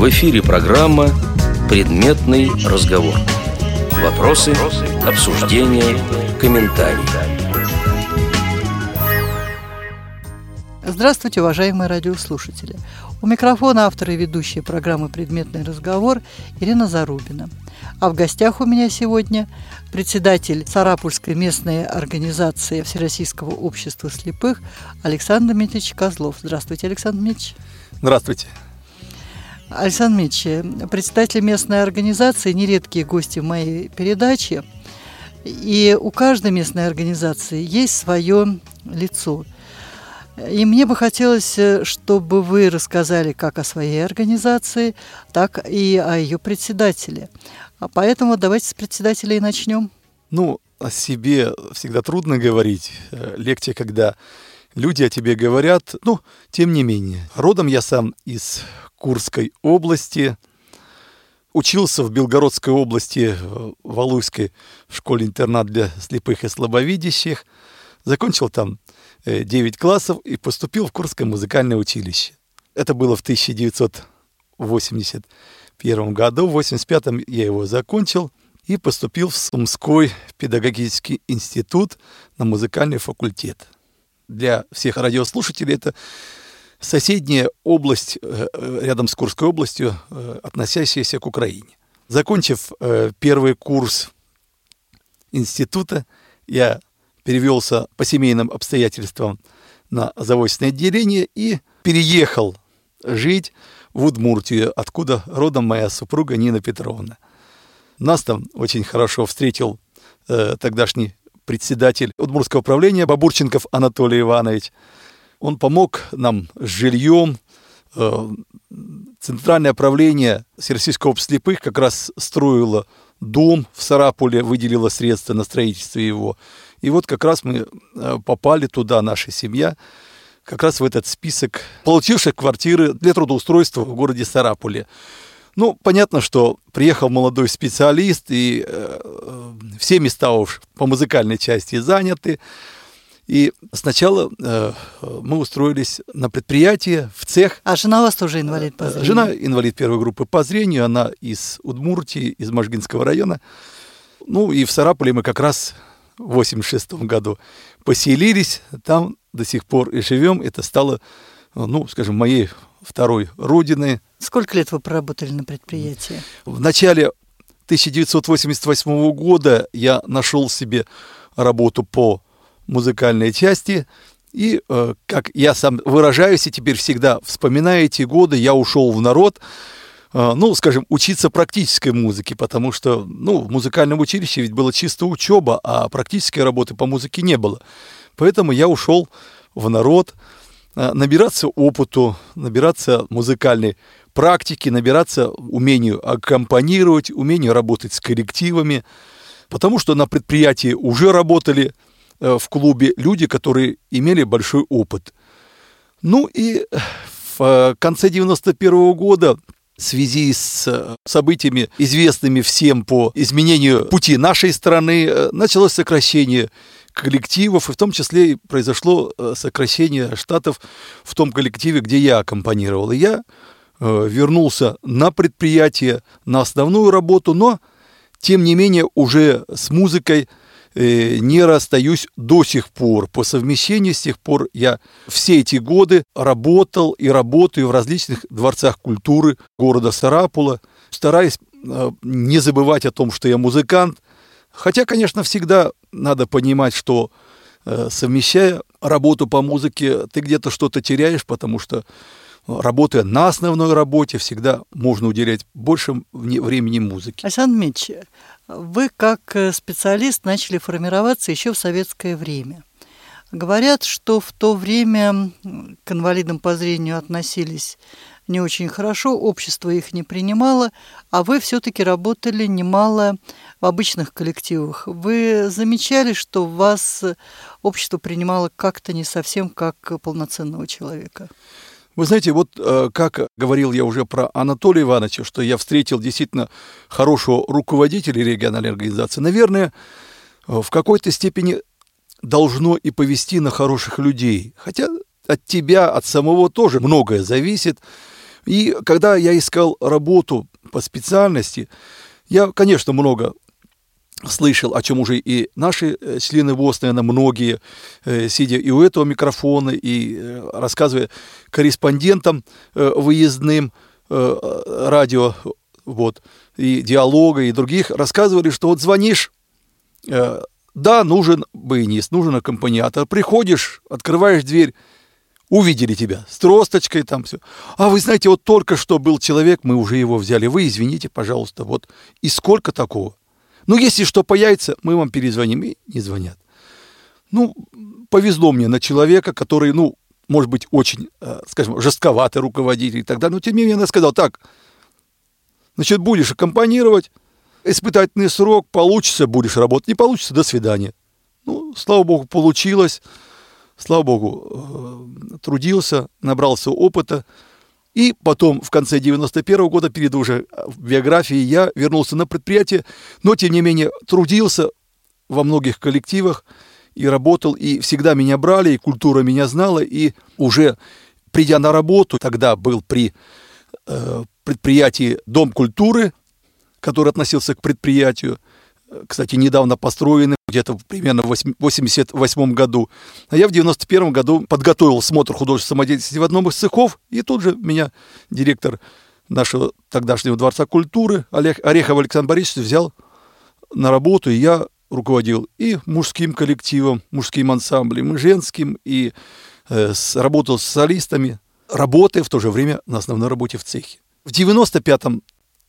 В эфире программа «Предметный разговор». Вопросы, обсуждения, комментарии. Здравствуйте, уважаемые радиослушатели. У микрофона автор и ведущая программы «Предметный разговор» Ирина Зарубина. А в гостях у меня сегодня председатель Сарапульской местной организации Всероссийского общества слепых Александр Дмитриевич Козлов. Здравствуйте, Александр Дмитриевич. Здравствуйте. Александр Дмитриевич, председатели местной организации – нередкие гости в моей передаче. И у каждой местной организации есть свое лицо. И мне бы хотелось, чтобы вы рассказали как о своей организации, так и о ее председателе. А поэтому давайте с председателя и начнем. О себе всегда трудно говорить. Легче, когда люди о тебе говорят. Тем не менее. Родом я сам из Курской области. Учился в Белгородской области, в Валуйской, в школе-интернат для слепых и слабовидящих. Закончил там 9 классов и поступил в Курское музыкальное училище. Это было в 1981 году. В 1985 я его закончил и поступил в Сумской педагогический институт на музыкальный факультет. Для всех радиослушателей это соседняя область, рядом с Курской областью, относящаяся к Украине. Закончив первый курс института, я перевелся по семейным обстоятельствам на заочное отделение и переехал жить в Удмуртию, откуда родом моя супруга Нина Петровна. Нас там очень хорошо встретил тогдашний председатель Удмуртского управления Бабурченков Анатолий Иванович. Он помог нам с жильем. Центральное правление Всероссийского общества слепых как раз строило дом в Сарапуле, выделило средства на строительство его. И вот как раз мы попали туда, наша семья, как раз в этот список получивших квартиры для трудоустройства в городе Сарапуле. Понятно, что приехал молодой специалист, и все места уж по музыкальной части заняты. И сначала мы устроились на предприятие, в цех. А жена у вас тоже инвалид по зрению? Жена инвалид первой группы по зрению, она из Удмуртии, из Можгинского района. И в Сарапуле мы как раз в 1986 году поселились, там до сих пор и живем. Это стало, моей второй родиной. Сколько лет вы проработали на предприятии? В начале 1988 года я нашел себе работу по музыкальной части. И, как я сам выражаюсь, и теперь всегда вспоминаю эти годы, я ушел в народ, учиться практической музыке, потому что, в музыкальном училище ведь была чисто учеба, а практической работы по музыке не было. Поэтому я ушел в народ набираться опыту, набираться музыкальной практики, набираться умению аккомпанировать, умению работать с коллективами, потому что на предприятии уже работали в клубе люди, которые имели большой опыт. И в конце 1991 года в связи с событиями, известными всем по изменению пути нашей страны, началось сокращение коллективов, и в том числе и произошло сокращение штатов в том коллективе, где я аккомпанировал. И я вернулся на предприятие, на основную работу, но, тем не менее, уже с музыкой не расстаюсь до сих пор. По совмещению с тех пор я все эти годы работал и работаю в различных дворцах культуры города Сарапула. Стараюсь не забывать о том, что я музыкант. Хотя, конечно, всегда надо понимать, что совмещая работу по музыке, ты где-то что-то теряешь, потому что, работая на основной работе, всегда можно уделять больше времени музыке. Александр Дмитриевич, вы как специалист начали формироваться еще в советское время. Говорят, что в то время к инвалидам по зрению относились не очень хорошо, общество их не принимало, а вы все-таки работали немало в обычных коллективах. Вы замечали, что вас общество принимало как-то не совсем как полноценного человека? Вы знаете, как говорил я уже про Анатолия Ивановича, что я встретил действительно хорошего руководителя региональной организации, наверное, в какой-то степени должно и повести на хороших людей. Хотя от тебя, от самого тоже многое зависит. И когда я искал работу по специальности, я, конечно, много слышал, о чем уже и наши члены ВОС, наверное, многие, сидя и у этого микрофона, и рассказывая корреспондентам выездным радио, вот, и диалога, и других, рассказывали, что вот звонишь, да, нужен баянист, нужен аккомпаниатор, приходишь, открываешь дверь, увидели тебя с тросточкой, там все. А вы знаете, вот только что был человек, мы уже его взяли, вы извините, пожалуйста, вот. И сколько такого? Ну, если что появится, мы вам перезвоним, и не звонят. Ну, повезло мне на человека, который, ну, может быть, очень, скажем, жестковатый руководитель и так далее, но тем не менее она сказала, так, значит, будешь аккомпанировать, испытательный срок, получится, будешь работать, не получится, до свидания. Ну, слава богу, получилось, слава богу, трудился, набрался опыта. И потом, в конце 91-го года, перед уже биографией, я вернулся на предприятие, но, тем не менее, трудился во многих коллективах и работал, и всегда меня брали, и культура меня знала, и уже придя на работу, тогда был при предприятии Дом культуры, который относился к предприятию, кстати, недавно построенный, где-то примерно в 1988 году. А я в 1991 году подготовил смотр художественной самодеятельности в одном из цехов, и тут же меня директор нашего тогдашнего Дворца культуры Орехов Александр Борисович взял на работу, и я руководил и мужским коллективом, мужским ансамблем, и женским, и работал с солистами, работая в то же время на основной работе в цехе. В 1995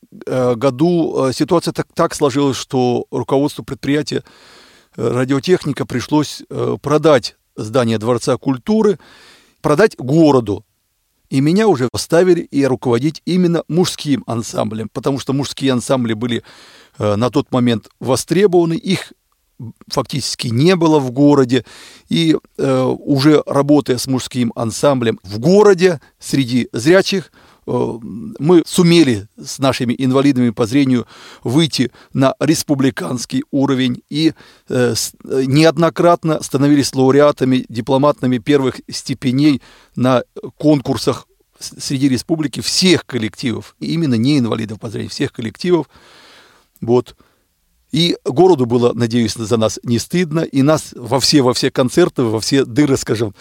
году ситуация так сложилась, что руководству предприятия радиотехника пришлось продать здание Дворца культуры, продать городу. И меня уже оставили и руководить именно мужским ансамблем, потому что мужские ансамбли были на тот момент востребованы, их фактически не было в городе, и уже работая с мужским ансамблем в городе среди зрячих, мы сумели с нашими инвалидами по зрению выйти на республиканский уровень и неоднократно становились лауреатами, дипломатами первых степеней на конкурсах среди республики всех коллективов, и именно не инвалидов по зрению, всех коллективов. Вот. И городу было, надеюсь, за нас не стыдно, и нас во все концерты, во все дыры, скажем,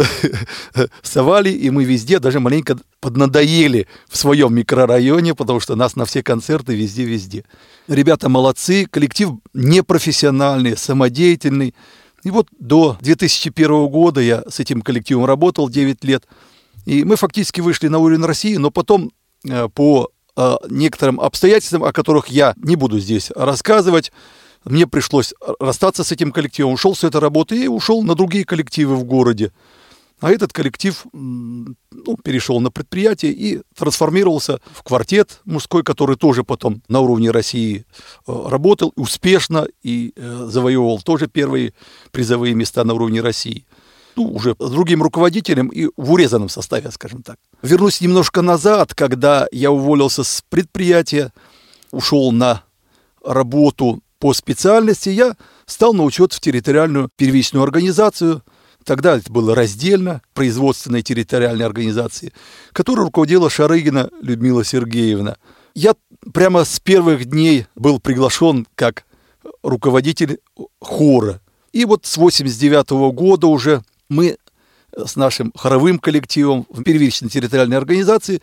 совали, и мы везде даже маленько поднадоели в своем микрорайоне, потому что нас на все концерты везде. Ребята молодцы, коллектив непрофессиональный, самодеятельный. И вот до 2001 года я с этим коллективом работал 9 лет, и мы фактически вышли на уровень России, но потом по некоторым обстоятельствам, о которых я не буду здесь рассказывать, мне пришлось расстаться с этим коллективом, ушел с этой работы и ушел на другие коллективы в городе. А этот коллектив перешел на предприятие и трансформировался в квартет мужской, который тоже потом на уровне России работал успешно и завоевывал тоже первые призовые места на уровне России. Уже с другим руководителем и в урезанном составе, скажем так. Вернусь немножко назад, когда я уволился с предприятия, ушел на работу по специальности, я стал на учет в территориальную первичную организацию. Тогда это было раздельно, производственной территориальной организации, которой руководила Шарыгина Людмила Сергеевна. Я прямо с первых дней был приглашен как руководитель хора. И вот с 1989 года уже мы с нашим хоровым коллективом в первичной территориальной организации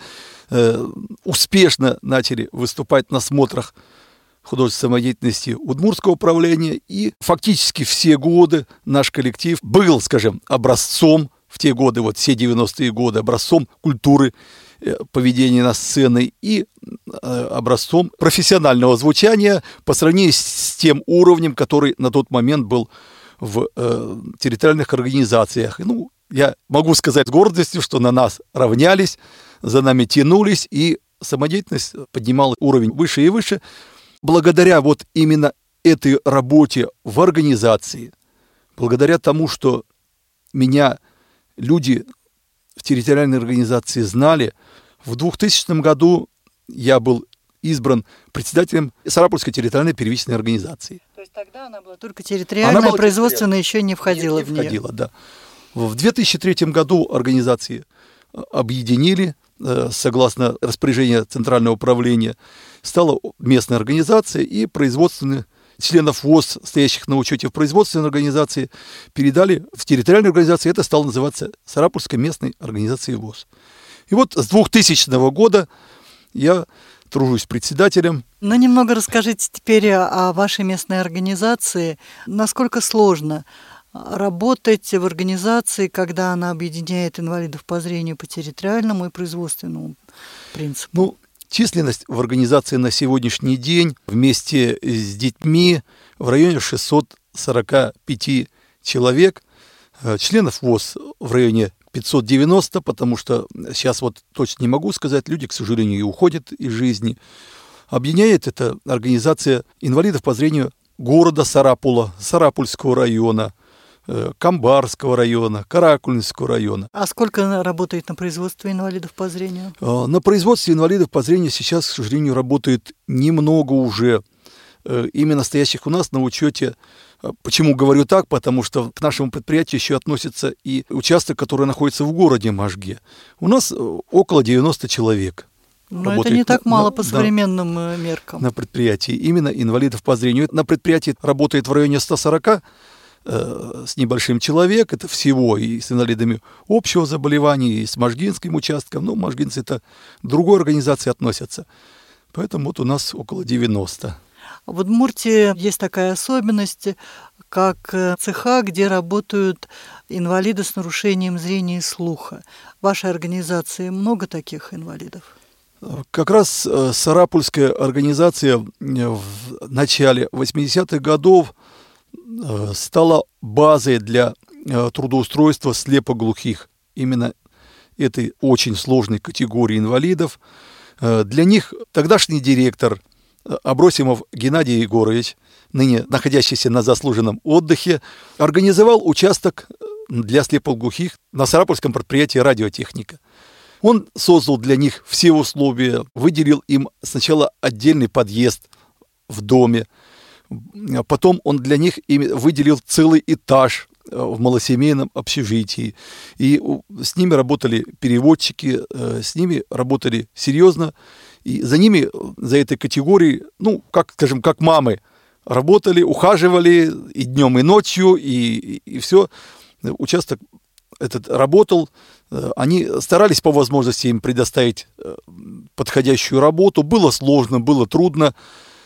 успешно начали выступать на смотрах художественной самодеятельности Удмуртского управления. И фактически все годы наш коллектив был, скажем, образцом, в те годы, вот все 90-е годы, образцом культуры поведения на сцене и образцом профессионального звучания по сравнению с тем уровнем, который на тот момент был в территориальных организациях. Я могу сказать с гордостью, что на нас равнялись, за нами тянулись, и самодеятельность поднимала уровень выше и выше. Благодаря вот именно этой работе в организации, благодаря тому, что меня люди в территориальной организации знали, в 2000 году я был избран председателем Сарапульской территориальной первичной организации. То есть тогда она была только территориальная, производственная еще не входила в нее. Да. В 2003 году организации объединили согласно распоряжению Центрального управления, стала местная организация, и производственных членов ВОС, стоящих на учете в производственной организации, передали в территориальную организацию. Это стало называться Сарапульской местной организацией ВОС. И вот с 2000 года я тружусь председателем. Ну, немного расскажите теперь о вашей местной организации. Насколько сложно работать в организации, когда она объединяет инвалидов по зрению по территориальному и производственному принципу? Ну, численность в организации на сегодняшний день вместе с детьми в районе 645 человек. Членов ВОС в районе 590, потому что сейчас вот точно не могу сказать, люди, к сожалению, и уходят из жизни. Объединяет эта организация инвалидов по зрению города Сарапула, Сарапульского района, Камбарского района, Каракульского района. А сколько работает на производстве инвалидов по зрению? На производстве инвалидов по зрению сейчас, к сожалению, работает немного уже именно стоящих у нас на учете. Почему говорю так? Потому что к нашему предприятию еще относится и участок, который находится в городе Можге. У нас около 90 человек. Но это не так мало по современным меркам. На предприятии именно инвалидов по зрению. На предприятии работает в районе 140 с небольшим человек, это всего и с инвалидами общего заболевания, и с можгинским участком. Но можгинцы это к другой организации относятся. Поэтому вот у нас около 90. В Удмуртии есть такая особенность, как цеха, где работают инвалиды с нарушением зрения и слуха. В вашей организации много таких инвалидов? Как раз Сарапульская организация в начале 80-х годов стала базой для трудоустройства слепоглухих, именно этой очень сложной категории инвалидов. Для них тогдашний директор Абросимов Геннадий Егорович, ныне находящийся на заслуженном отдыхе, организовал участок для слепоглухих на Сарапульском предприятии «Радиотехника». Он создал для них все условия, выделил им сначала отдельный подъезд в доме, потом он для них выделил целый этаж в малосемейном общежитии. И с ними работали переводчики, с ними работали серьезно. И за ними, за этой категорией, ну, скажем, как мамы, работали, ухаживали и днем, и ночью, и все. Участок этот работал. Они старались по возможности им предоставить подходящую работу. Было сложно, было трудно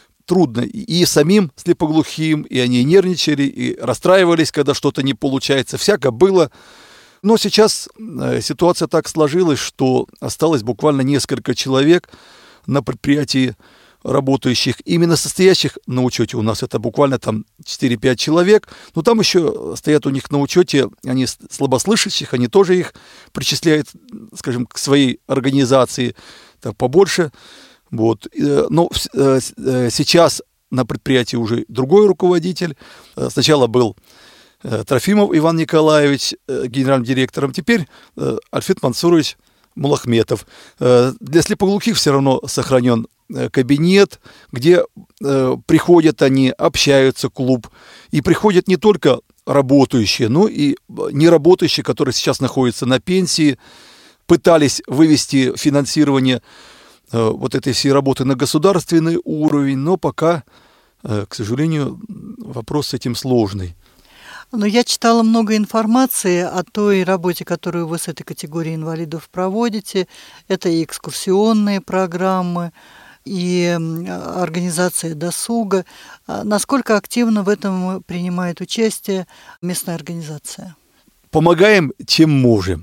и самим слепоглухим, и они нервничали, и расстраивались, когда что-то не получается. Всяко было. Но сейчас ситуация так сложилась, что осталось буквально несколько человек на предприятии работающих, именно состоящих на учете у нас. Это буквально там 4-5 человек. Но там еще стоят у них на учете, они слабослышащих, они тоже их причисляют, скажем, к своей организации, так побольше. Вот. Но сейчас на предприятии уже другой руководитель. Сначала был Трофимов Иван Николаевич генеральным директором, теперь Альфет Мансурович Мулахметов. Для слепоглухих все равно сохранен кабинет, где приходят они, общаются, клуб. И приходят не только работающие, но и неработающие, которые сейчас находятся на пенсии, пытались вывести финансирование вот этой всей работы на государственный уровень, но пока, к сожалению, вопрос с этим сложный. Но я читала много информации о той работе, которую вы с этой категорией инвалидов проводите. Это и экскурсионные программы, и организация досуга. Насколько активно в этом принимает участие местная организация? Помогаем, чем можем.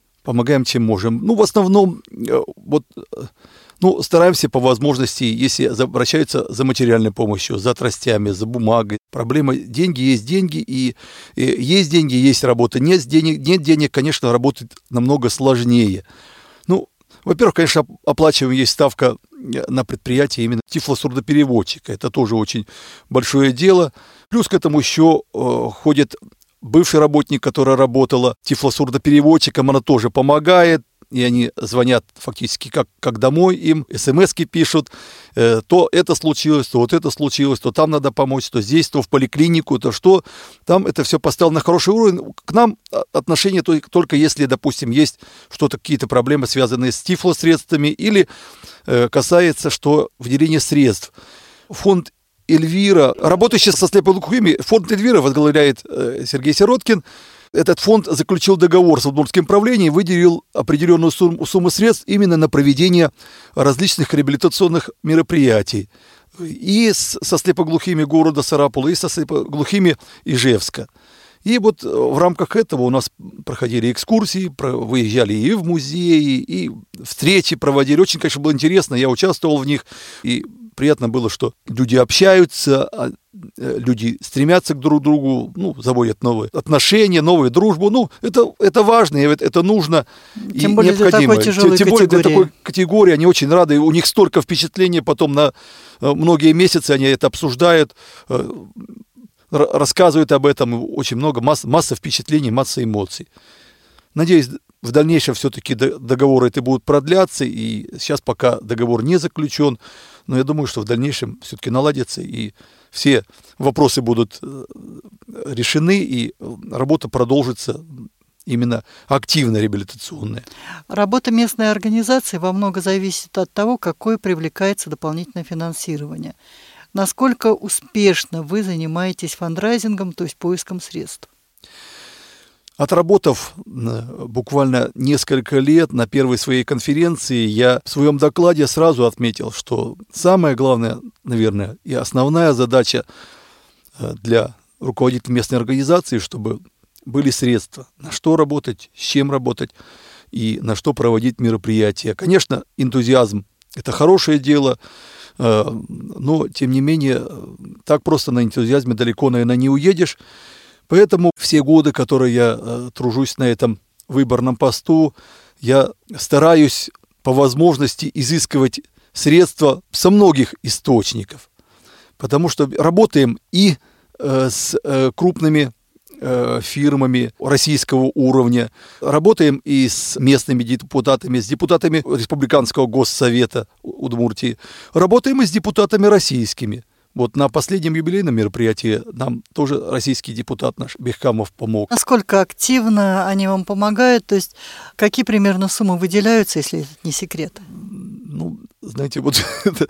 Ну, в основном, стараемся по возможности, если обращаются за материальной помощью, за тростями, за бумагой. Проблема деньги, и есть деньги, есть работа. Нет денег, конечно, работать намного сложнее. Ну, во-первых, конечно, оплачиваем, есть ставка на предприятии именно тифлосурдопереводчика. Это тоже очень большое дело. Плюс к этому еще ходит бывший работник, которая работала тифлосурдопереводчиком, она тоже помогает. и они звонят фактически как домой, им смс-ки пишут, то это случилось, то вот это случилось, то там надо помочь, то здесь, то в поликлинику, то что. Там это все поставлено на хороший уровень. К нам отношение только если, допустим, есть что-то, какие-то проблемы, связанные с тифлосредствами, или касается, что выделение средств. Фонд Эльвира, работающий со слепоглухими, фонд Эльвира возглавляет Сергей Сироткин. Этот фонд заключил договор с Удмуртским правлением и выделил определенную сумму средств именно на проведение различных реабилитационных мероприятий. И со слепоглухими города Сарапула, и со слепоглухими Ижевска. И вот в рамках этого у нас проходили экскурсии, выезжали и в музеи, и встречи проводили. Очень, конечно, было интересно, я участвовал в них, и приятно было, что люди общаются, люди стремятся к друг другу, заводят новые отношения, новую дружбу. Это важно, это нужно и тем более необходимо. Тем более для такой категории они очень рады, у них столько впечатлений, потом на многие месяцы они это обсуждают, рассказывают об этом, очень много, масса впечатлений, масса эмоций. Надеюсь, в дальнейшем все-таки договоры эти будут продляться, и сейчас пока договор не заключен, но я думаю, что в дальнейшем все-таки наладится, и все вопросы будут решены, и работа продолжится именно активно реабилитационная. Работа местной организации во многом зависит от того, какое привлекается дополнительное финансирование. Насколько успешно вы занимаетесь фандрайзингом, то есть поиском средств? Отработав буквально несколько лет на первой своей конференции, я в своем докладе сразу отметил, что самая главная, наверное, и основная задача для руководителей местной организации, чтобы были средства, на что работать, с чем работать и на что проводить мероприятия. Конечно, энтузиазм – это хорошее дело, но, тем не менее, так просто на энтузиазме далеко, наверное, не уедешь. Поэтому все годы, которые я тружусь на этом выборном посту, я стараюсь по возможности изыскивать средства со многих источников, потому что работаем и с крупными фирмами российского уровня, работаем и с местными депутатами, с депутатами Республиканского госсовета Удмуртии, работаем и с депутатами российскими. Вот на последнем юбилейном мероприятии нам тоже российский депутат наш Бехкамов помог. Насколько активно они вам помогают? То есть какие примерно суммы выделяются, если это не секрет? Знаете, вот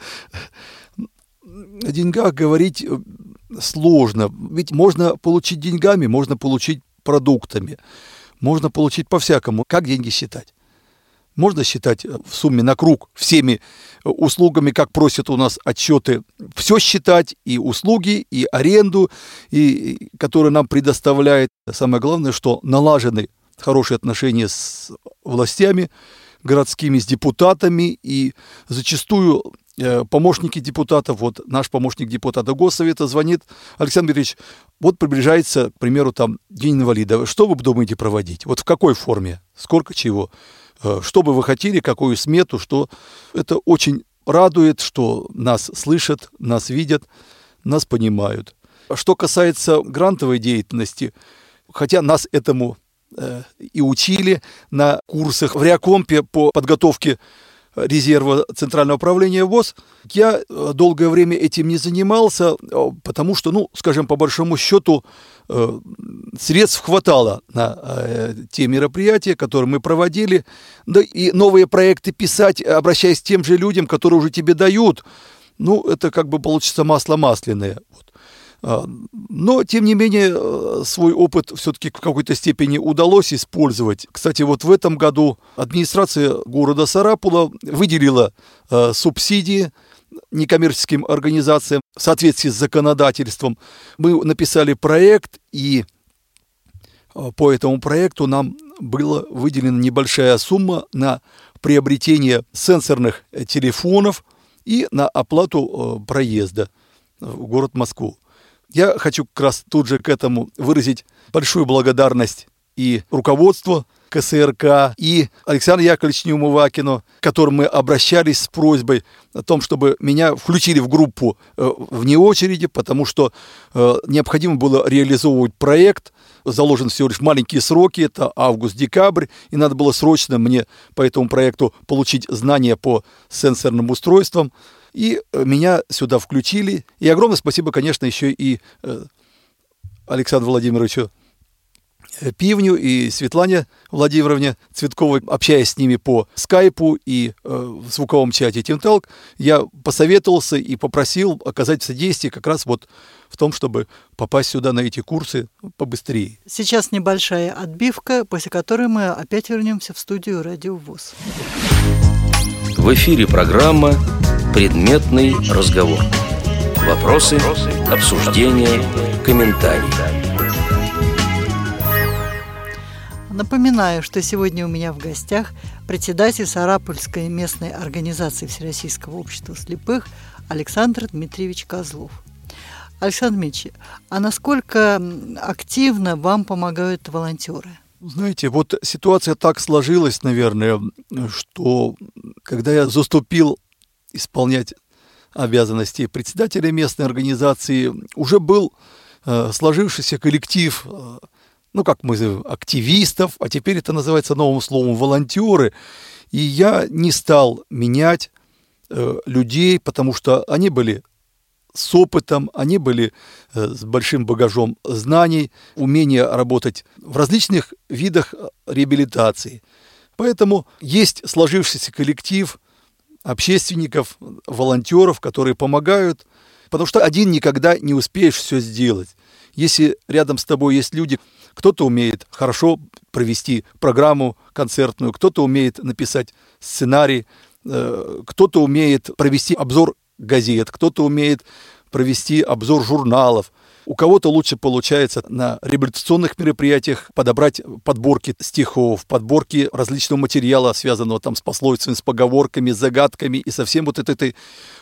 о деньгах говорить сложно. Ведь можно получить деньгами, можно получить продуктами, можно получить по-всякому. Как деньги считать? Можно считать в сумме на круг всеми услугами, как просят у нас отчеты, все считать, и услуги, и аренду, и, которые нам предоставляет. Самое главное, что налажены хорошие отношения с властями городскими, с депутатами, и зачастую помощники депутатов, вот наш помощник депутата Госсовета звонит: Александр Ильич, вот приближается, к примеру, там День инвалида, что вы думаете проводить? Вот в какой форме? Сколько чего? Что бы вы хотели, какую смету, что это очень радует, что нас слышат, нас видят, нас понимают. Что касается грантовой деятельности, хотя нас этому и учили на курсах в Реакомпе по подготовке резерва Центрального управления ВОС, я долгое время этим не занимался, потому что, скажем, по большому счету, средств хватало на те мероприятия, которые мы проводили, да и новые проекты писать, обращаясь к тем же людям, которые уже тебе дают, это как бы получится масло масляное. Но, тем не менее, свой опыт все-таки в какой-то степени удалось использовать. Кстати, вот в этом году администрация города Сарапула выделила субсидии некоммерческим организациям в соответствии с законодательством. Мы написали проект, и по этому проекту нам была выделена небольшая сумма на приобретение сенсорных телефонов и на оплату проезда в город Москву. Я хочу как раз тут же к этому выразить большую благодарность и руководству КСРК, и Александру Яковлевичу Неумывакину, к которому мы обращались с просьбой о том, чтобы меня включили в группу вне очереди, потому что необходимо было реализовывать проект, заложен всего лишь маленькие сроки, это август-декабрь, и надо было срочно мне по этому проекту получить знания по сенсорным устройствам, и меня сюда включили. И огромное спасибо, конечно, еще и Александру Владимировичу Пивню и Светлане Владимировне Цветковой. Общаясь с ними по скайпу и в звуковом чате TeamTalk, я посоветовался и попросил оказать содействие как раз вот в том, чтобы попасть сюда на эти курсы побыстрее. Сейчас небольшая отбивка, после которой мы опять вернемся в студию Радио ВОС. В эфире программа «Предметный разговор». Вопросы, обсуждения, комментарии. Напоминаю, что сегодня у меня в гостях председатель Сарапульской местной организации Всероссийского общества слепых Александр Дмитриевич Козлов. Александр Дмитриевич, а насколько активно вам помогают волонтеры? Знаете, вот ситуация так сложилась, наверное, что когда я заступил исполнять обязанности председателя местной организации, уже был сложившийся коллектив, как мы называем, активистов, а теперь это называется новым словом волонтеры. И я не стал менять людей, потому что они были с опытом, они были с большим багажом знаний, умения работать в различных видах реабилитации. Поэтому есть сложившийся коллектив общественников, волонтеров, которые помогают, потому что один никогда не успеешь все сделать. Если рядом с тобой есть люди, кто-то умеет хорошо провести программу концертную, кто-то умеет написать сценарий, кто-то умеет провести обзор газет, кто-то умеет провести обзор журналов. У кого-то лучше получается на реабилитационных мероприятиях подобрать подборки стихов, подборки различного материала, связанного там с пословицами, с поговорками, с загадками и со всем вот этой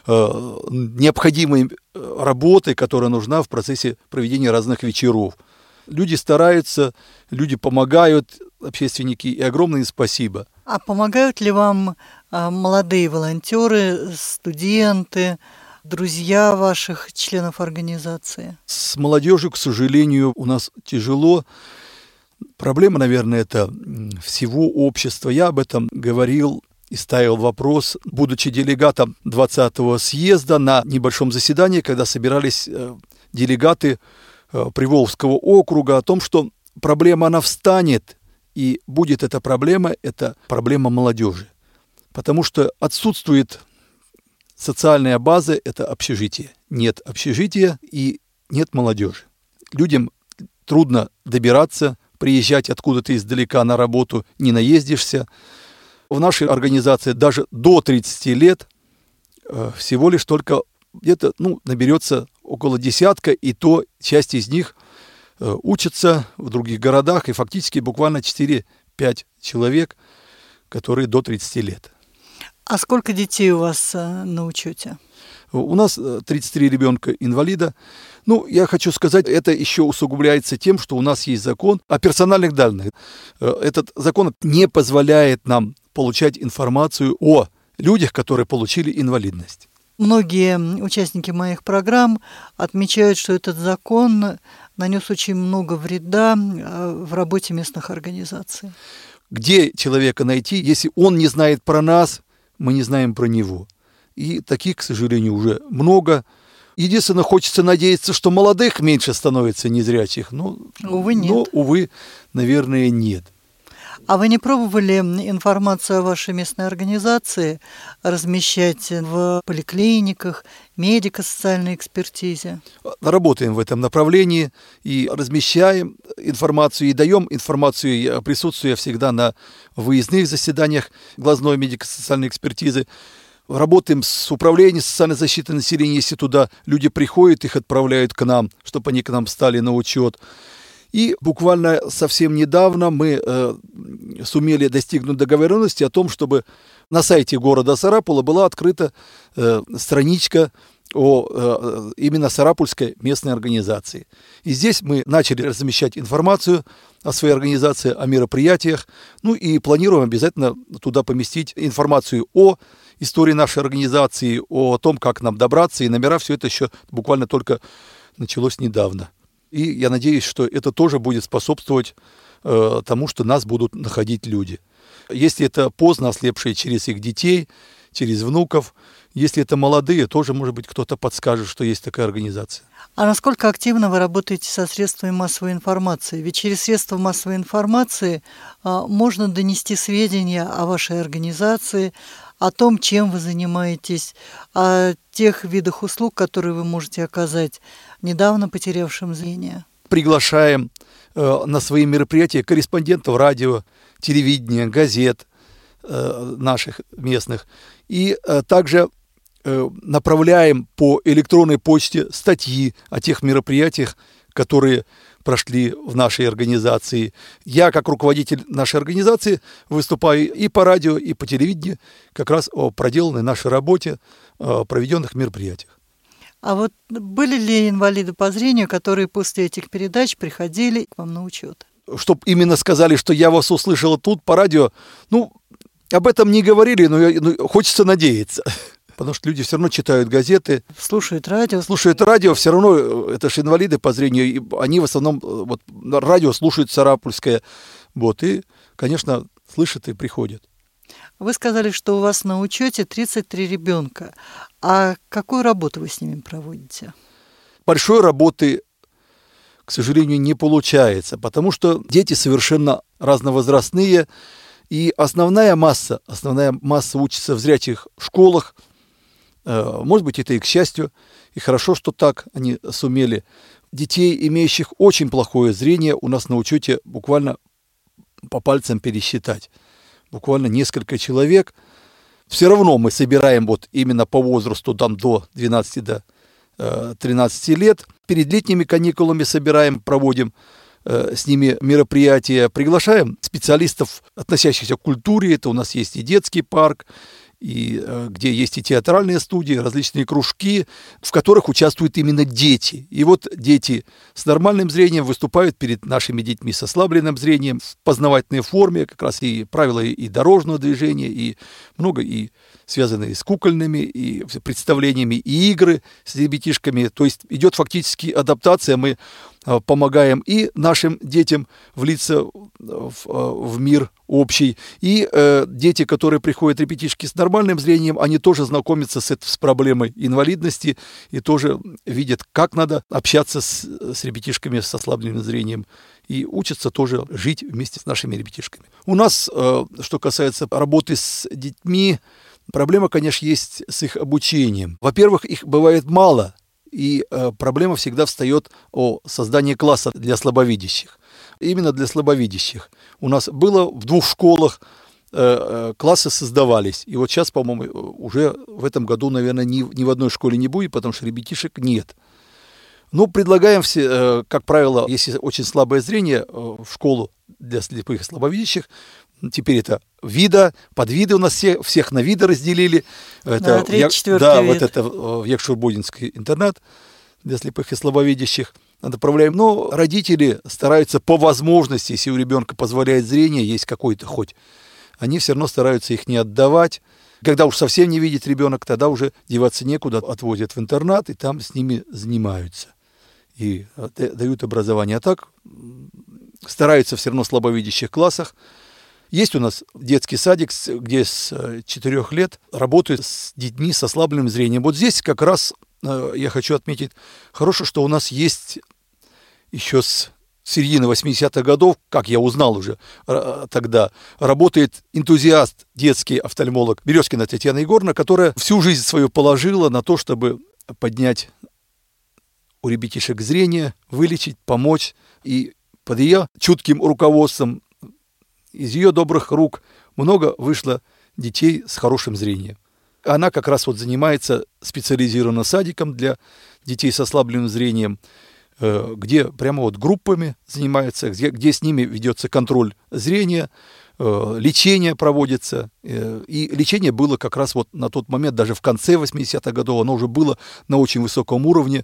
необходимой работой, которая нужна в процессе проведения разных вечеров. Люди стараются, люди помогают, общественники, и огромное им спасибо. А помогают ли вам молодые волонтеры, студенты, друзья ваших членов организации? С молодежью, к сожалению, у нас тяжело. Проблема, наверное, это всего общества. Я об этом говорил и ставил вопрос, будучи делегатом 20-го съезда на небольшом заседании, когда собирались делегаты Приволжского округа, о том, что проблема, она встанет, и будет эта проблема молодежи. Потому что отсутствует социальная база – это общежитие. Нет общежития и нет молодежи. Людям трудно добираться, приезжать откуда-то издалека на работу, не наездишься. В нашей организации даже до 30 лет всего лишь только где-то наберется около десятка, и то часть из них учатся в других городах, и фактически буквально 4-5 человек, которые до 30 лет. А сколько детей у вас на учете? У нас 33 ребенка-инвалида. Я хочу сказать, это еще усугубляется тем, что у нас есть закон о персональных данных. Этот закон не позволяет нам получать информацию о людях, которые получили инвалидность. Многие участники моих программ отмечают, что этот закон нанес очень много вреда в работе местных организаций. Где человека найти, если он не знает про нас, мы не знаем про него. И таких, к сожалению, уже много. Единственное, хочется надеяться, что молодых меньше становится незрячих. Увы, нет. Но, увы, наверное, нет. А вы не пробовали информацию о вашей местной организации размещать в поликлиниках, медико-социальной экспертизе? Работаем в этом направлении и размещаем информацию, и даем информацию. Присутствую я всегда на выездных заседаниях глазной медико-социальной экспертизы. Работаем с управлением социальной защиты населения. Если туда люди приходят, их отправляют к нам, чтобы они к нам встали на учет. И буквально совсем недавно мы сумели достигнуть договоренности о том, чтобы на сайте города Сарапула была открыта страничка о именно Сарапульской местной организации. И здесь мы начали размещать информацию о своей организации, о мероприятиях, ну и планируем обязательно туда поместить информацию о истории нашей организации, о том, как нам добраться, и номера, все это еще буквально только началось недавно. И я надеюсь, что это тоже будет способствовать тому, что нас будут находить люди. Если это поздно ослепшие через их детей, через внуков, если это молодые, тоже, может быть, кто-то подскажет, что есть такая организация. А насколько активно вы работаете со средствами массовой информации? Ведь через средства массовой информации можно донести сведения о вашей организации, о том, чем вы занимаетесь, о тех видах услуг, которые вы можете оказать недавно потерявшим зрение. Приглашаем на свои мероприятия корреспондентов радио, телевидения, газет наших местных. И также направляем по электронной почте статьи о тех мероприятиях, которые прошли в нашей организации. Я, как руководитель нашей организации, выступаю и по радио, и по телевидению как раз о проделанной нашей работе, о проведенных мероприятиях. А вот были ли инвалиды по зрению, которые после этих передач приходили к вам на учет? Чтоб именно сказали, что я вас услышал тут по радио, об этом не говорили, но хочется надеяться. Потому что люди все равно читают газеты. Слушают радио. Все равно, это же инвалиды по зрению, и они в основном радио слушают Сарапульское. И, конечно, слышат и приходят. Вы сказали, что у вас на учете 33 ребенка. А какую работу вы с ними проводите? Большой работы, к сожалению, не получается, потому что дети совершенно разновозрастные, и основная масса учится в зрячих школах. Может быть, это и к счастью, и хорошо, что так они сумели. Детей, имеющих очень плохое зрение, у нас на учете буквально по пальцам пересчитать. Буквально несколько человек. Все равно мы собираем именно по возрасту до 12-13 лет. Перед летними каникулами собираем, проводим с ними мероприятия. Приглашаем специалистов, относящихся к культуре. Это у нас есть и детский парк, и где есть и театральные студии, различные кружки, в которых участвуют именно дети. И дети с нормальным зрением выступают перед нашими детьми с ослабленным зрением в познавательной форме, как раз и правила и дорожного движения, и много и связанные с кукольными и представлениями, и игры с ребятишками. То есть идет фактически адаптация, мы помогаем и нашим детям влиться в мир общий, и дети, которые приходят, ребятишки с нормальным зрением, они тоже знакомятся с проблемой инвалидности и тоже видят, как надо общаться с ребятишками с ослабленным зрением, и учатся тоже жить вместе с нашими ребятишками. У нас, что касается работы с детьми, проблема, конечно, есть с их обучением. Во-первых, их бывает мало, и проблема всегда встает о создании класса для слабовидящих. Именно для слабовидящих. У нас было в 2 школах классы создавались. И сейчас, по-моему, уже в этом году, наверное, ни в одной школе не будет, потому что ребятишек нет. Предлагаем все, как правило, если очень слабое зрение, в школу для слепых и слабовидящих. Теперь это вида, подвиды у нас всех на виды разделили. Это 3-4 вид. Это в Якшурбодинский интернат для слепых и слабовидящих. Направляем. Но родители стараются по возможности, если у ребенка позволяет зрение, есть какой-то хоть, они все равно стараются их не отдавать. Когда уж совсем не видит ребенок, тогда уже деваться некуда, отводят в интернат и там с ними занимаются. И дают образование. А так стараются все равно в слабовидящих классах. Есть у нас детский садик, где с 4 лет работают с детьми с ослабленным зрением. Здесь как раз я хочу отметить, хорошо, что у нас есть еще с середины 80-х годов, как я узнал уже тогда, работает энтузиаст, детский офтальмолог Березкина Татьяна Егоровна, которая всю жизнь свою положила на то, чтобы поднять у ребятишек зрение, вылечить, помочь. И под ее чутким руководством, из ее добрых рук много вышло детей с хорошим зрением. Она как раз занимается специализированным садиком для детей с ослабленным зрением, где прямо группами занимается, где с ними ведется контроль зрения, лечение проводится. И лечение было как раз вот на тот момент, даже в конце 80-х годов, оно уже было на очень высоком уровне,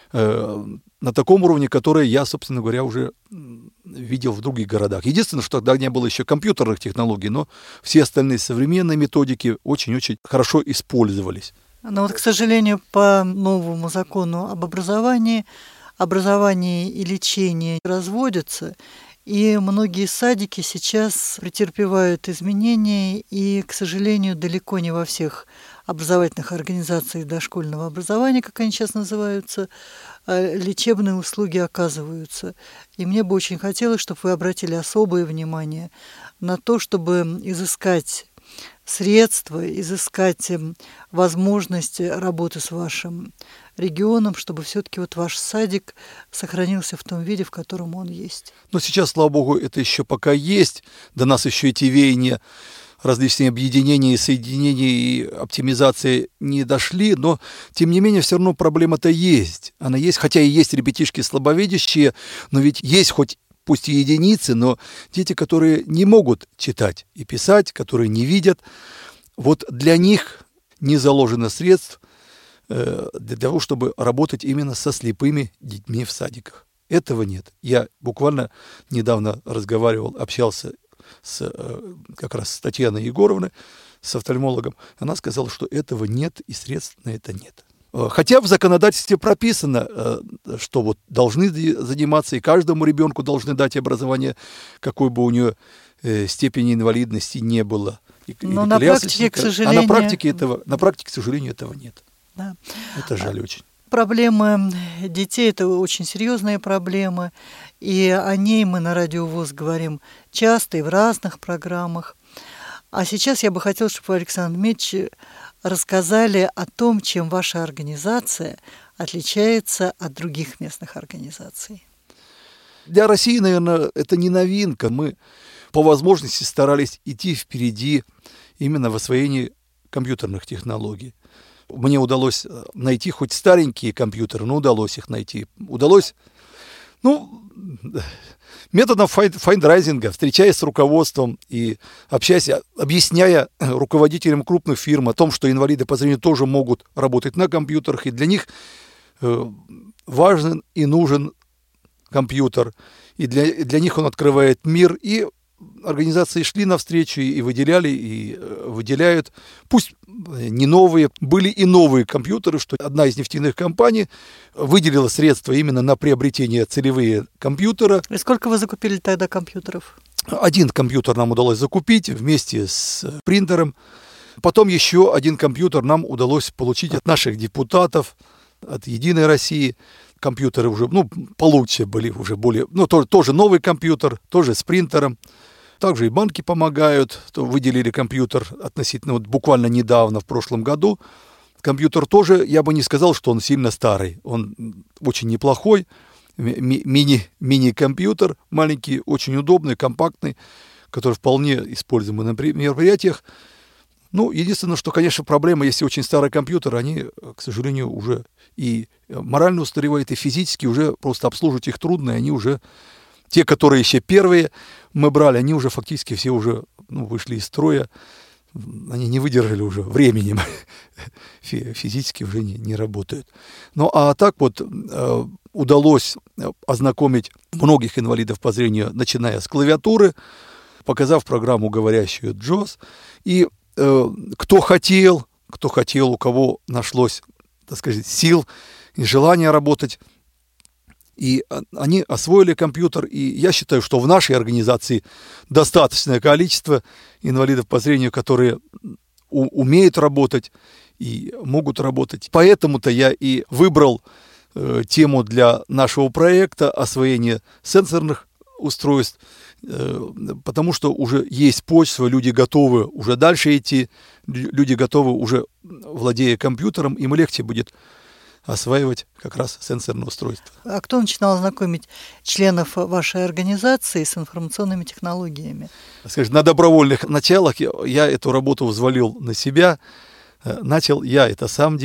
на таком уровне, который я, собственно говоря, уже видел в других городах. Единственное, что тогда не было еще компьютерных технологий, но все остальные современные методики очень-очень хорошо использовались. Но вот, к сожалению, по новому закону об образовании, образование и лечение разводятся, и многие садики сейчас претерпевают изменения, и, к сожалению, далеко не во всех образовательных организациях дошкольного образования, как они сейчас называются, лечебные услуги оказываются. И мне бы очень хотелось, чтобы вы обратили особое внимание на то, чтобы изыскать средства, изыскать возможности работы с вашим регионом, чтобы все-таки вот ваш садик сохранился в том виде, в котором он есть. Но сейчас, слава богу, это еще пока есть. До нас еще эти веяния, различные объединения, соединения и оптимизации не дошли, но, тем не менее, все равно проблема-то есть. Она есть, хотя и есть ребятишки слабовидящие, но ведь есть хоть пусть и единицы, но дети, которые не могут читать и писать, которые не видят, вот для них не заложено средств для того, чтобы работать именно со слепыми детьми в садиках. Этого нет. Я буквально недавно разговаривал, общался как раз с Татьяной Егоровной, с офтальмологом. Она сказала, что этого нет и средств на это нет. Хотя в законодательстве прописано, что вот должны заниматься, и каждому ребенку должны дать образование, какой бы у нее степени инвалидности не было. Но на практике, к сожалению... А на практике, к сожалению, этого нет. Да. Это жаль очень. Проблемы детей – это очень серьезные проблемы, и о ней мы на Радио ВОС говорим часто и в разных программах. А сейчас я бы хотела, чтобы вы, Александр Дмитриевич, рассказали о том, чем ваша организация отличается от других местных организаций. Для России, наверное, это не новинка. Мы по возможности старались идти впереди именно в освоении компьютерных технологий. Мне удалось найти хоть старенькие компьютеры, но удалось их найти. Удалось, методом файндрайзинга, встречаясь с руководством и общаясь, объясняя руководителям крупных фирм о том, что инвалиды по зрению тоже могут работать на компьютерах, и для них важен и нужен компьютер, и для них он открывает мир, и организации шли навстречу и выделяли, и выделяют, пусть не новые, были и новые компьютеры, что одна из нефтяных компаний выделила средства именно на приобретение целевые компьютера. И сколько вы закупили тогда компьютеров? Один компьютер нам удалось закупить вместе с принтером. Потом еще один компьютер нам удалось получить от наших депутатов, от «Единой России». Компьютеры уже, получше были, уже более, тоже новый компьютер, тоже с принтером. Также и банки помогают, выделили компьютер относительно, буквально недавно, в прошлом году. Компьютер тоже, я бы не сказал, что он сильно старый, он очень неплохой, мини-компьютер, маленький, очень удобный, компактный, который вполне используемый на мероприятиях. Единственное, что, конечно, проблема, если очень старый компьютер, они, к сожалению, уже и морально устаревают, и физически уже просто обслуживать их трудно, и они уже, те, которые еще первые мы брали, они уже фактически все уже вышли из строя, они не выдержали уже временем, физически уже не работают. А так вот удалось ознакомить многих инвалидов по зрению, начиная с клавиатуры, показав программу говорящую JAWS, и кто хотел, у кого нашлось, так сказать, сил и желание работать, и они освоили компьютер, и я считаю, что в нашей организации достаточное количество инвалидов по зрению, которые умеют работать и могут работать. Поэтому-то я и выбрал тему для нашего проекта освоения сенсорных устройств, потому что уже есть почва, люди готовы уже дальше идти, люди готовы уже, владея компьютером, им легче будет осваивать как раз сенсорное устройство. А кто начинал знакомить членов вашей организации с информационными технологиями? Скажем, на добровольных началах я эту работу взвалил на себя, начал я это сам делать.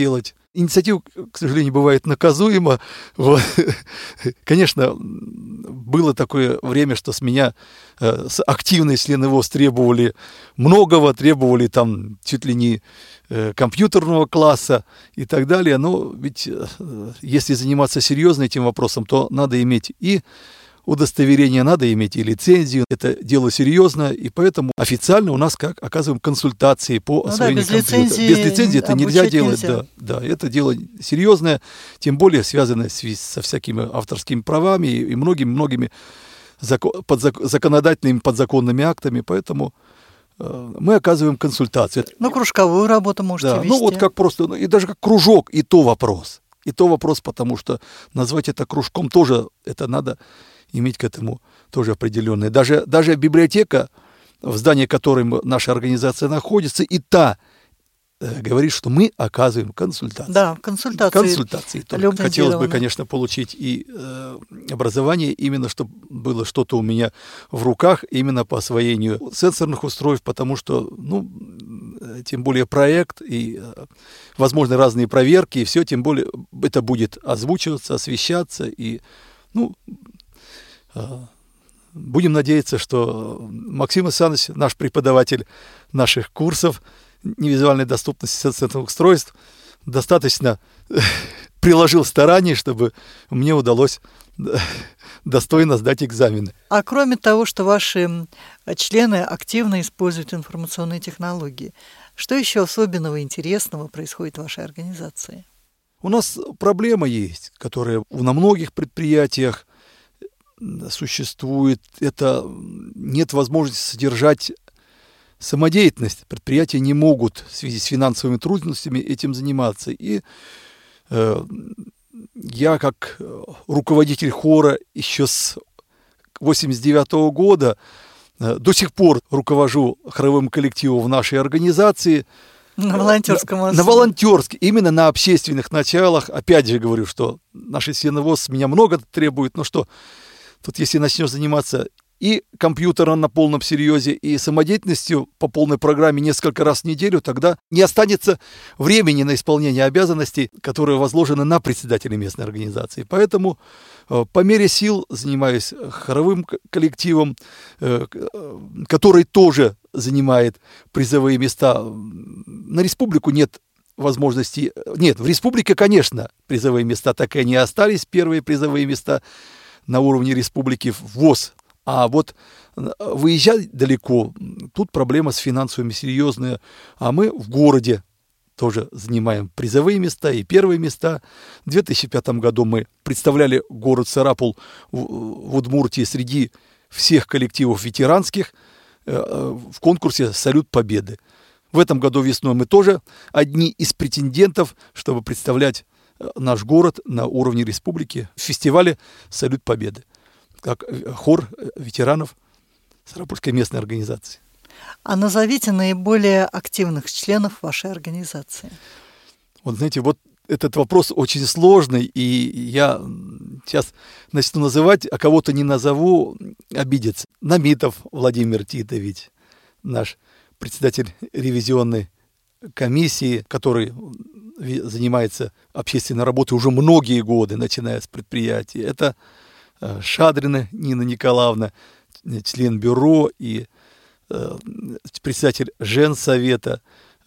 Инициатива, к сожалению, бывает наказуема. Вот. Конечно, было такое время, что с меня активные члены ВОС требовали многого, требовали там чуть ли не компьютерного класса и так далее. Но ведь если заниматься серьезно этим вопросом, то надо иметь и удостоверение, надо иметь и лицензию. Это дело серьезное, и поэтому официально у нас как оказываем консультации по освоению компьютера. Без лицензии это нельзя делать. Да, это дело серьезное, тем более связанное со всякими авторскими правами и многими законодательными подзаконными актами, поэтому мы оказываем консультации. Ну, кружковую работу можете вести. Ну, вот как просто, и даже как кружок, и то вопрос. Потому что назвать это кружком тоже, это надо иметь к этому тоже определенное. Даже библиотека, в здании которой наша организация находится, и та говорит, что мы оказываем консультации. Да, консультации. Хотелось бы, конечно, получить и образование, именно чтобы было что-то у меня в руках, именно по освоению сенсорных устройств, потому что, тем более проект и, возможно, разные проверки, и все, тем более это будет озвучиваться, освещаться, и, будем надеяться, что Максим Александрович, наш преподаватель наших курсов невизуальной доступности сенсорных устройств, достаточно приложил стараний, чтобы мне удалось достойно сдать экзамены. А кроме того, что ваши члены активно используют информационные технологии, что еще особенного интересного происходит в вашей организации? У нас проблема есть, которая на многих предприятиях существует. Это нет возможности содержать самодеятельность. Предприятия не могут в связи с финансовыми трудностями этим заниматься. И я, как руководитель хора еще с 1989 года, до сих пор руковожу хоровым коллективом в нашей организации. На волонтерском основе. На волонтерском, именно на общественных началах. Опять же говорю, что наши члены ВОС меня много требуют, но что тут если начнешь заниматься и компьютером на полном серьезе, и самодеятельностью по полной программе несколько раз в неделю, тогда не останется времени на исполнение обязанностей, которые возложены на председателя местной организации. Поэтому по мере сил занимаюсь хоровым коллективом, который тоже занимает призовые места. На республику нет возможности. Нет, в республике, конечно, призовые места так и не остались, первые призовые места на уровне республики в ВОС. А вот выезжать далеко, тут проблема с финансовыми серьезная, а мы в городе тоже занимаем призовые места и первые места. В 2005 году мы представляли город Сарапул в Удмуртии среди всех коллективов ветеранских в конкурсе «Салют Победы». В этом году весной мы тоже одни из претендентов, чтобы представлять наш город на уровне республики в фестивале «Салют Победы», как хор ветеранов Сарапульской местной организации. А назовите наиболее активных членов вашей организации. Вот знаете, вот этот вопрос очень сложный, и я сейчас начну называть, а кого-то не назову, обидится. Намитов Владимир Титович, наш председатель ревизионной комиссии, который занимается общественной работой уже многие годы, начиная с предприятия. Это Шадрина Нина Николаевна, член бюро и председатель Женсовета,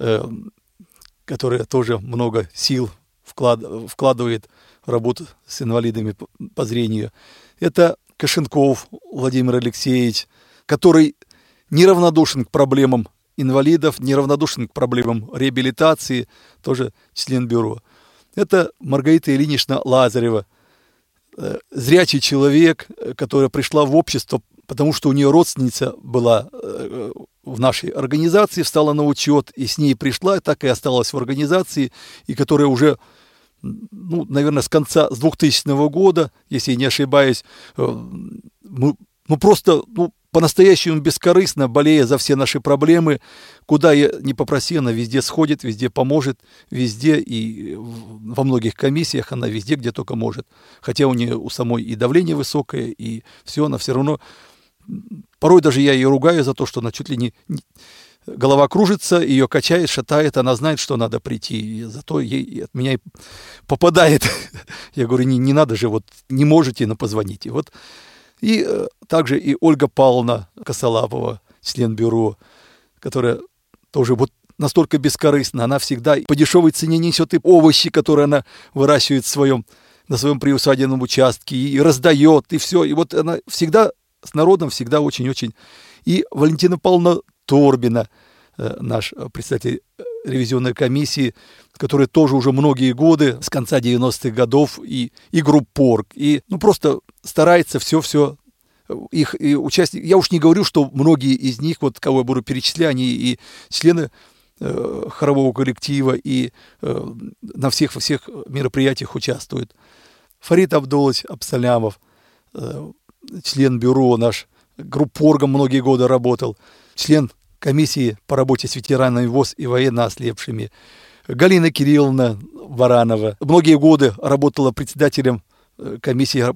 которая тоже много сил вкладывает в работу с инвалидами по зрению. Это Кошенков Владимир Алексеевич, который неравнодушен к проблемам инвалидов, неравнодушен к проблемам реабилитации, тоже член бюро. Это Маргарита Ильинична Лазарева, зрячий человек, которая пришла в общество, потому что у нее родственница была в нашей организации, встала на учет, и с ней пришла, так и осталась в организации, и которая уже, наверное, с 2000 года, если я не ошибаюсь, просто по-настоящему бескорыстно, болея за все наши проблемы, куда я не попроси, она везде сходит, везде поможет, везде, и во многих комиссиях она везде, где только может. Хотя у нее у самой и давление высокое, и все, она все равно... Порой даже я ее ругаю за то, что она чуть ли не голова кружится, ее качает, шатает, она знает, что надо прийти, и зато ей от меня и попадает. Я говорю, не надо же, вот не можете, но позвоните. Вот. И также и Ольга Павловна Косолапова, член бюро, которая тоже вот настолько бескорыстна, она всегда по дешевой цене несет и овощи, которые она выращивает на своем приусадебном участке, и раздает, и все. И вот она всегда с народом, всегда очень-очень. И Валентина Павловна Торбина, наш председатель ревизионной комиссии, который тоже уже многие годы, с конца 90-х годов, и группорг, и просто старается все их и участники. Я уж не говорю, что многие из них, вот кого я буду перечислять, они и члены хорового коллектива, и во всех мероприятиях участвуют. Фарид Абдулович Абсалямов, член бюро наш, группоргом многие годы работал, член комиссии по работе с ветеранами ВОС и военно ослепшими. Галина Кирилловна Варанова многие годы работала председателем комиссии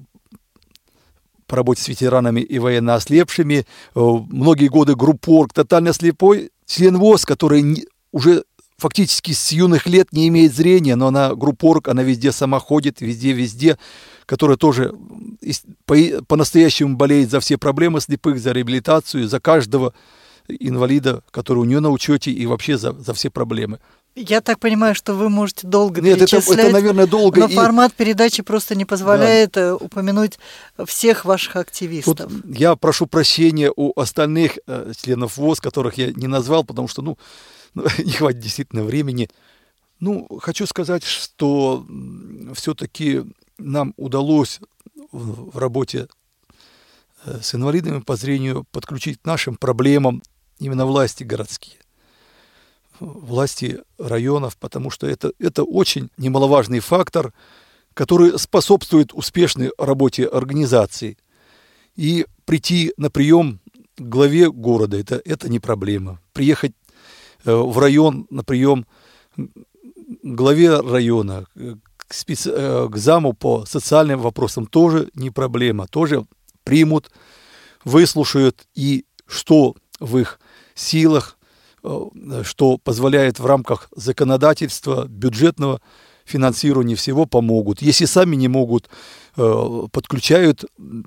по работе с ветеранами и военно ослепшими. Многие годы группорг, тотально слепой, член ВОС, который уже фактически с юных лет не имеет зрения, но она группорг, она везде сама ходит, везде, которая тоже по-настоящему болеет за все проблемы слепых, за реабилитацию, за каждого инвалида, который у нее на учете, и вообще за все проблемы. Я так понимаю, что вы можете долго перечислять. Нет, это, наверное, долго. Но формат передачи просто не позволяет упомянуть всех ваших активистов. Вот я прошу прощения у остальных членов ВОС, которых я не назвал, потому что не хватит действительно времени. Хочу сказать, что все-таки нам удалось в работе с инвалидами по зрению подключить к нашим проблемам именно власти городские, власти районов, потому что это очень немаловажный фактор, который способствует успешной работе организации. И прийти на прием к главе города это не проблема. Приехать в район на прием к главе района, к заму по социальным вопросам тоже не проблема. Тоже примут, выслушают, и что в их силах, что позволяет в рамках законодательства, бюджетного финансирования всего, помогут. Если сами не могут, подключают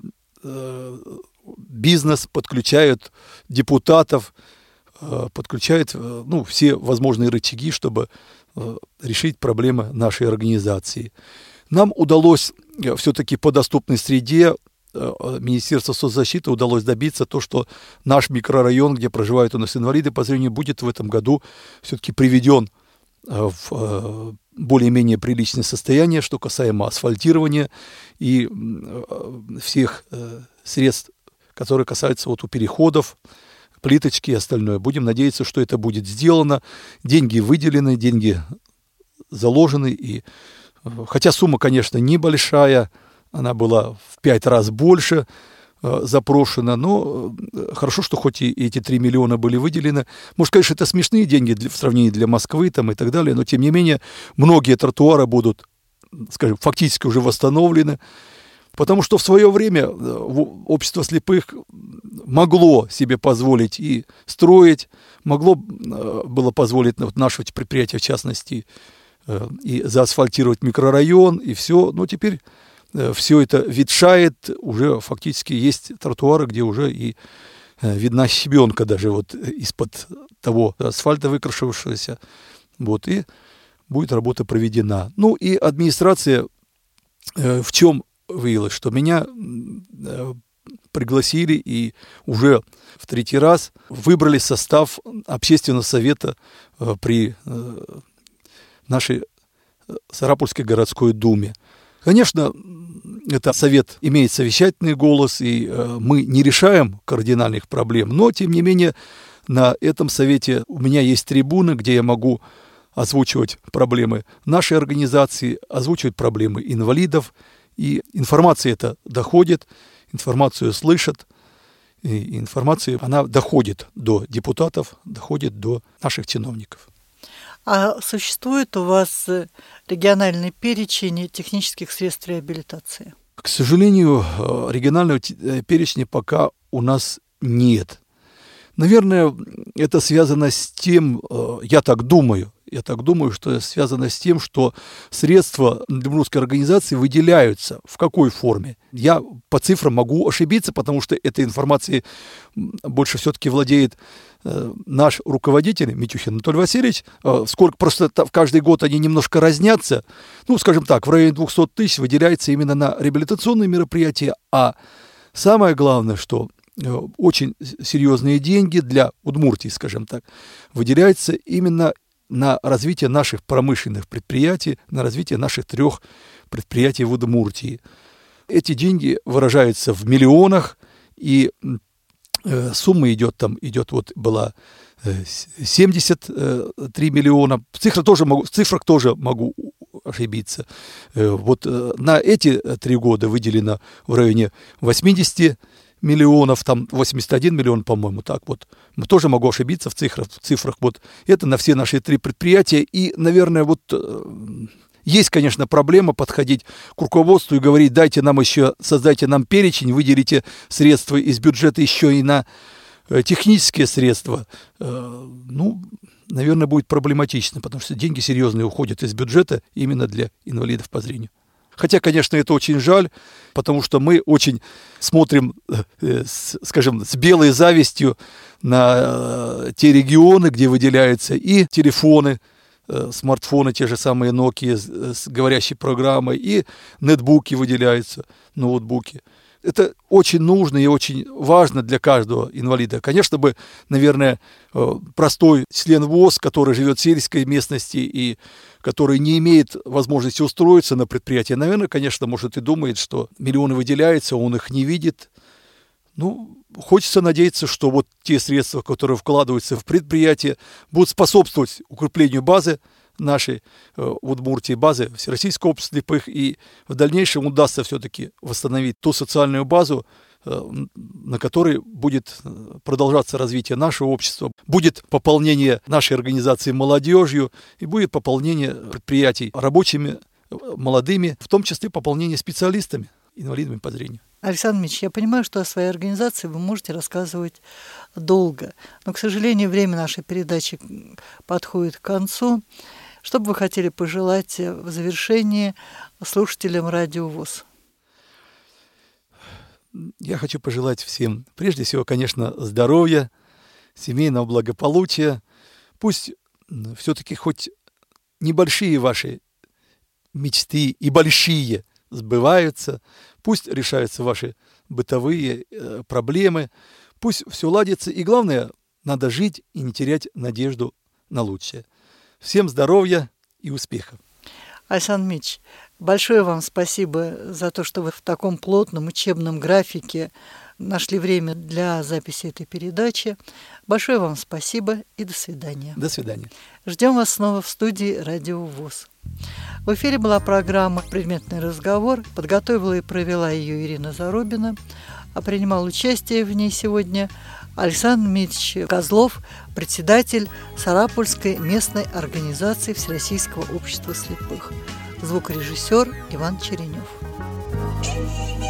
бизнес, подключают депутатов, подключают все возможные рычаги, чтобы решить проблемы нашей организации. Нам удалось все-таки по доступной среде, Министерству соцзащиты удалось добиться то, что наш микрорайон, где проживают у нас инвалиды по зрению, будет в этом году все-таки приведен в более-менее приличное состояние, что касаемо асфальтирования и всех средств, которые касаются у переходов, плиточки и остальное. Будем надеяться, что это будет сделано. Деньги выделены, деньги заложены. И, хотя сумма, конечно, небольшая, она была в 5 раз больше запрошена, но хорошо, что хоть и эти 3 миллиона были выделены. Может, конечно, это смешные деньги в сравнении для Москвы и так далее, но, тем не менее, многие тротуары будут, скажем, фактически уже восстановлены, потому что в свое время общество слепых могло себе позволить и строить, могло было позволить наше предприятие, в частности, и заасфальтировать микрорайон, и все, но теперь все это ветшает, уже фактически есть тротуары, где уже и видна щебенка даже вот из-под того асфальта выкрашившегося, вот, и будет работа проведена. И администрация в чем выявилась, что меня пригласили и уже в 3-й раз выбрали состав общественного совета при нашей Сарапульской городской думе. Конечно, это совет имеет совещательный голос, и мы не решаем кардинальных проблем, но, тем не менее, на этом совете у меня есть трибуна, где я могу озвучивать проблемы нашей организации, озвучивать проблемы инвалидов, и информация эта доходит, информацию слышат, и информация, она доходит до депутатов, доходит до наших чиновников. А существует у вас региональный перечень технических средств реабилитации? К сожалению, регионального перечня пока у нас нет. Наверное, это связано с тем, я так думаю, что это связано с тем, что средства Нидерландской организации выделяются. В какой форме? Я по цифрам могу ошибиться, потому что этой информацией больше все-таки владеет наш руководитель Митюхин Анатолий Васильевич. Сколько просто в каждый год они немножко разнятся. Ну, скажем так, в районе 200 тысяч выделяется именно на реабилитационные мероприятия. А самое главное, что очень серьезные деньги для Удмуртии, скажем так, выделяются именно на развитие наших промышленных предприятий, на развитие наших 3 предприятий в Удмуртии. Эти деньги выражаются в миллионах, и сумма идет вот была 73 миллиона. В цифрах тоже могу ошибиться. Вот на эти 3 года выделено в районе 80 миллионов, там 81 миллион, по-моему, так вот. Тоже могу ошибиться в цифрах. Вот это на все наши 3 предприятия. И, наверное, вот есть, конечно, проблема подходить к руководству и говорить: создайте нам перечень, выделите средства из бюджета еще и на технические средства. Ну, наверное, будет проблематично, потому что деньги серьезные уходят из бюджета именно для инвалидов по зрению. Хотя, конечно, это очень жаль, потому что мы очень смотрим, скажем, с белой завистью на те регионы, где выделяются и телефоны, смартфоны, те же самые Nokia с говорящей программой, и нетбуки выделяются, ноутбуки. Это очень нужно и очень важно для каждого инвалида. Конечно бы, наверное, простой член ВОС, который живет в сельской местности и который не имеет возможности устроиться на предприятие, наверное, конечно, может и думает, что миллионы выделяются, он их не видит. Ну, хочется надеяться, что вот те средства, которые вкладываются в предприятие, будут способствовать укреплению базы нашей в Удмуртии, базы Всероссийского общества слепых, и в дальнейшем удастся все-таки восстановить ту социальную базу, на которой будет продолжаться развитие нашего общества, будет пополнение нашей организации молодежью и будет пополнение предприятий рабочими, молодыми, в том числе пополнение специалистами, инвалидами по зрению. Александр Митич, я понимаю, что о своей организации вы можете рассказывать долго, но, к сожалению, время нашей передачи подходит к концу. Что бы вы хотели пожелать в завершении слушателям Радио ВОС? Я хочу пожелать всем, прежде всего, конечно, здоровья, семейного благополучия. Пусть все-таки хоть небольшие ваши мечты и большие сбываются, пусть решаются ваши бытовые проблемы, пусть все ладится. И главное, надо жить и не терять надежду на лучшее. Всем здоровья и успехов. Александр Митич, большое вам спасибо за то, что вы в таком плотном учебном графике нашли время для записи этой передачи. Большое вам спасибо и до свидания. До свидания. Ждем вас снова в студии Радио ВОС. В эфире была программа «Предметный разговор». Подготовила и провела ее Ирина Зарубина. А принимал участие в ней сегодня Александр Митич Козлов, председатель Сарапульской местной организации Всероссийского общества слепых. Звукорежиссер Иван Черенев.